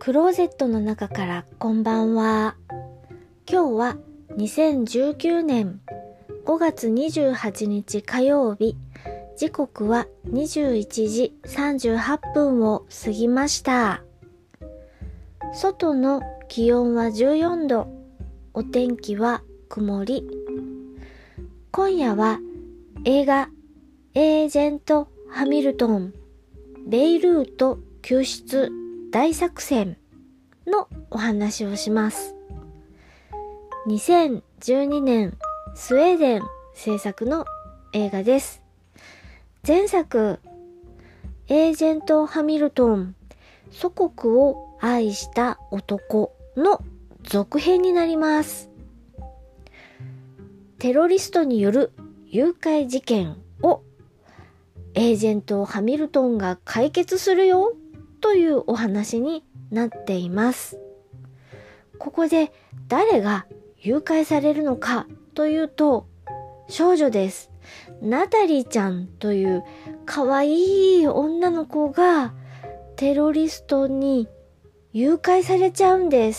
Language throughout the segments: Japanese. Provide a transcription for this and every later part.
クローゼットの中からこんばんは。今日は2019年5月28日火曜日、時刻は21時38分を過ぎました。外の気温は14度、お天気は曇り。今夜は映画エージェント・ハミルトンベイルート救出大作戦のお話をします。2012年スウェーデン制作の映画です。前作エージェント・ハミルトン祖国を愛した男の続編になります。テロリストによる誘拐事件をエージェント・ハミルトンが解決するよというお話になっています。ここで誰が誘拐されるのかというと、少女です。ナタリーちゃんという可愛い女の子がテロリストに誘拐されちゃうんです。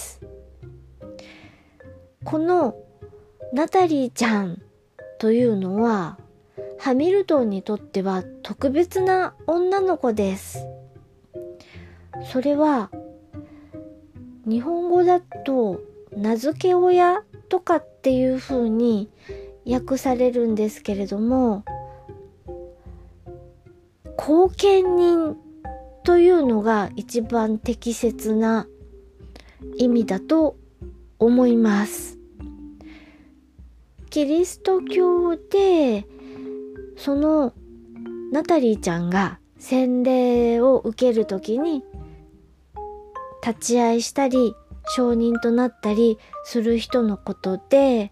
このナタリーちゃんというのはハミルトンにとっては特別な女の子です。それは日本語だと名付け親とかっていう風に訳されるんですけれども、後見人というのが一番適切な意味だと思います。キリスト教でそのナタリーちゃんが洗礼を受けるときに立ち会いしたり証人となったりする人のことで、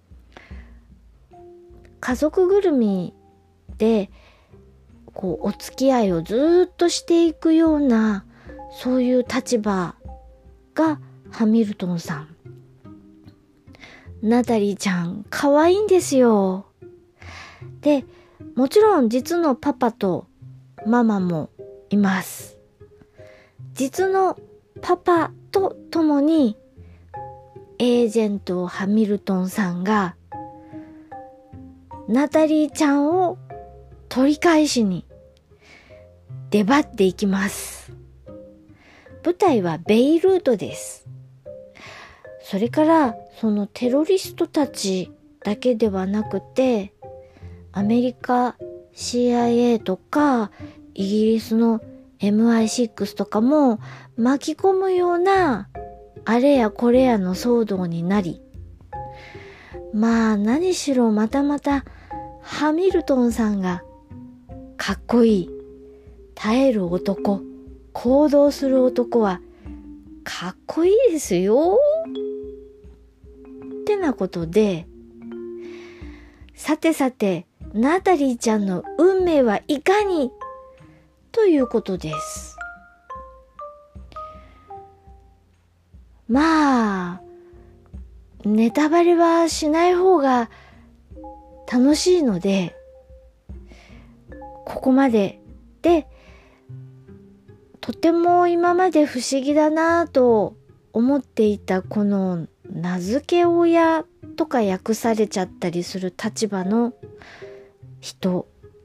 家族ぐるみでお付き合いをずっとしていくような、そういう立場がハミルトンさん。ナタリーちゃん可愛いんですよ。で、もちろん実のパパとママもいます。実のパパと共にエージェントハミルトンさんがナタリーちゃんを取り返しに出張っていきます。舞台はベイルートです。それからそのテロリストたちだけではなくて、アメリカ CIA とかイギリスの MI6 とかも巻き込むようなあれやこれやの騒動になり、まあ何しろまたまたハミルトンさんがかっこいい、耐える男、行動する男はかっこいいですよってなことで、さてさてナタリーちゃんの運命はいかにということです。まあネタバレはしない方が楽しいので、ここまでで、とても今まで不思議だなぁと思っていたこの名付け親とか訳されちゃったりする立場の人、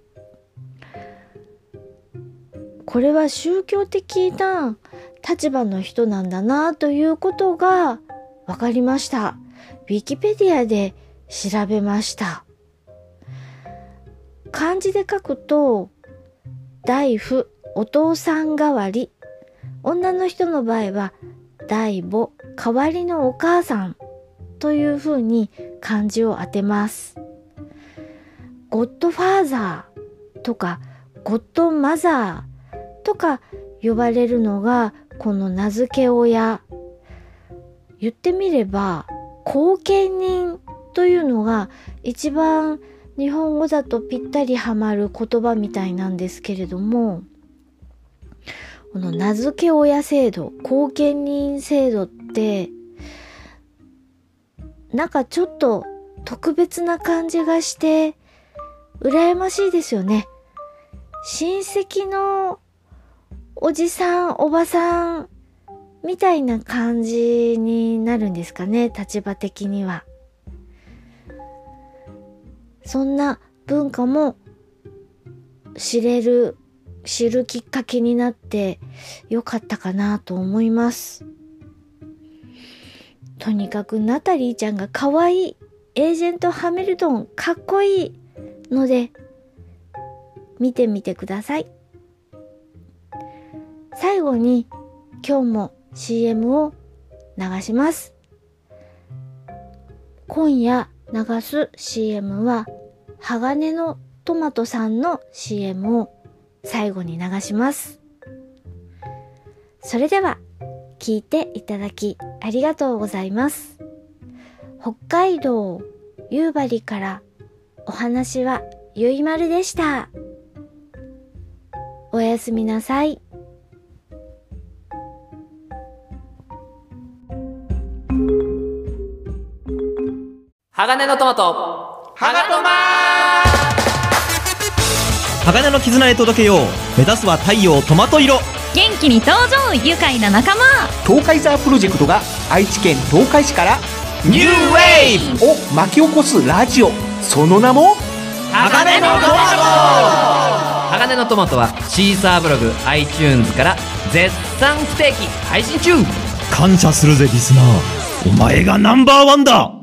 これは宗教的な立場の人なんだなということが分かりました。ウィキペディアで調べました。漢字で書くと大夫、お父さん代わり、女の人の場合は代母、代わりのお母さんというふうに漢字を当てます。ゴッドファーザーとかゴッドマザーとか呼ばれるのがこの名付け親。言ってみれば後見人というのが一番日本語だとぴったりはまる言葉みたいなんですけれども、この名付け親制度、後見人制度ってなんかちょっと特別な感じがして羨ましいですよね。親戚のおじさんおばさんみたいな感じになるんですかね、立場的には。そんな文化も知るきっかけになってよかったかなと思います。とにかくナタリーちゃんが可愛い、エージェントハミルトンかっこいいので見てみてください。最後に今日も CM を流します。今夜流す CM は鋼のトマトさんの CM を最後に流します。それでは聞いていただきありがとうございます。北海道夕張からお話はゆいまるでした。おやすみなさい。 鋼のトマト、ハガトマ鋼の絆へ届けよう。目指すは太陽トマト色。 元気に登場、愉快な仲間。 東海ザープロジェクトが愛知県東海市からニューウェーブを巻き起こすラジオ、その名も鋼のトマト。鋼のトマトはシーサーブログ、iTunes から絶賛不定期配信中。 感謝するぜリスナー、お前がナンバーワンだ。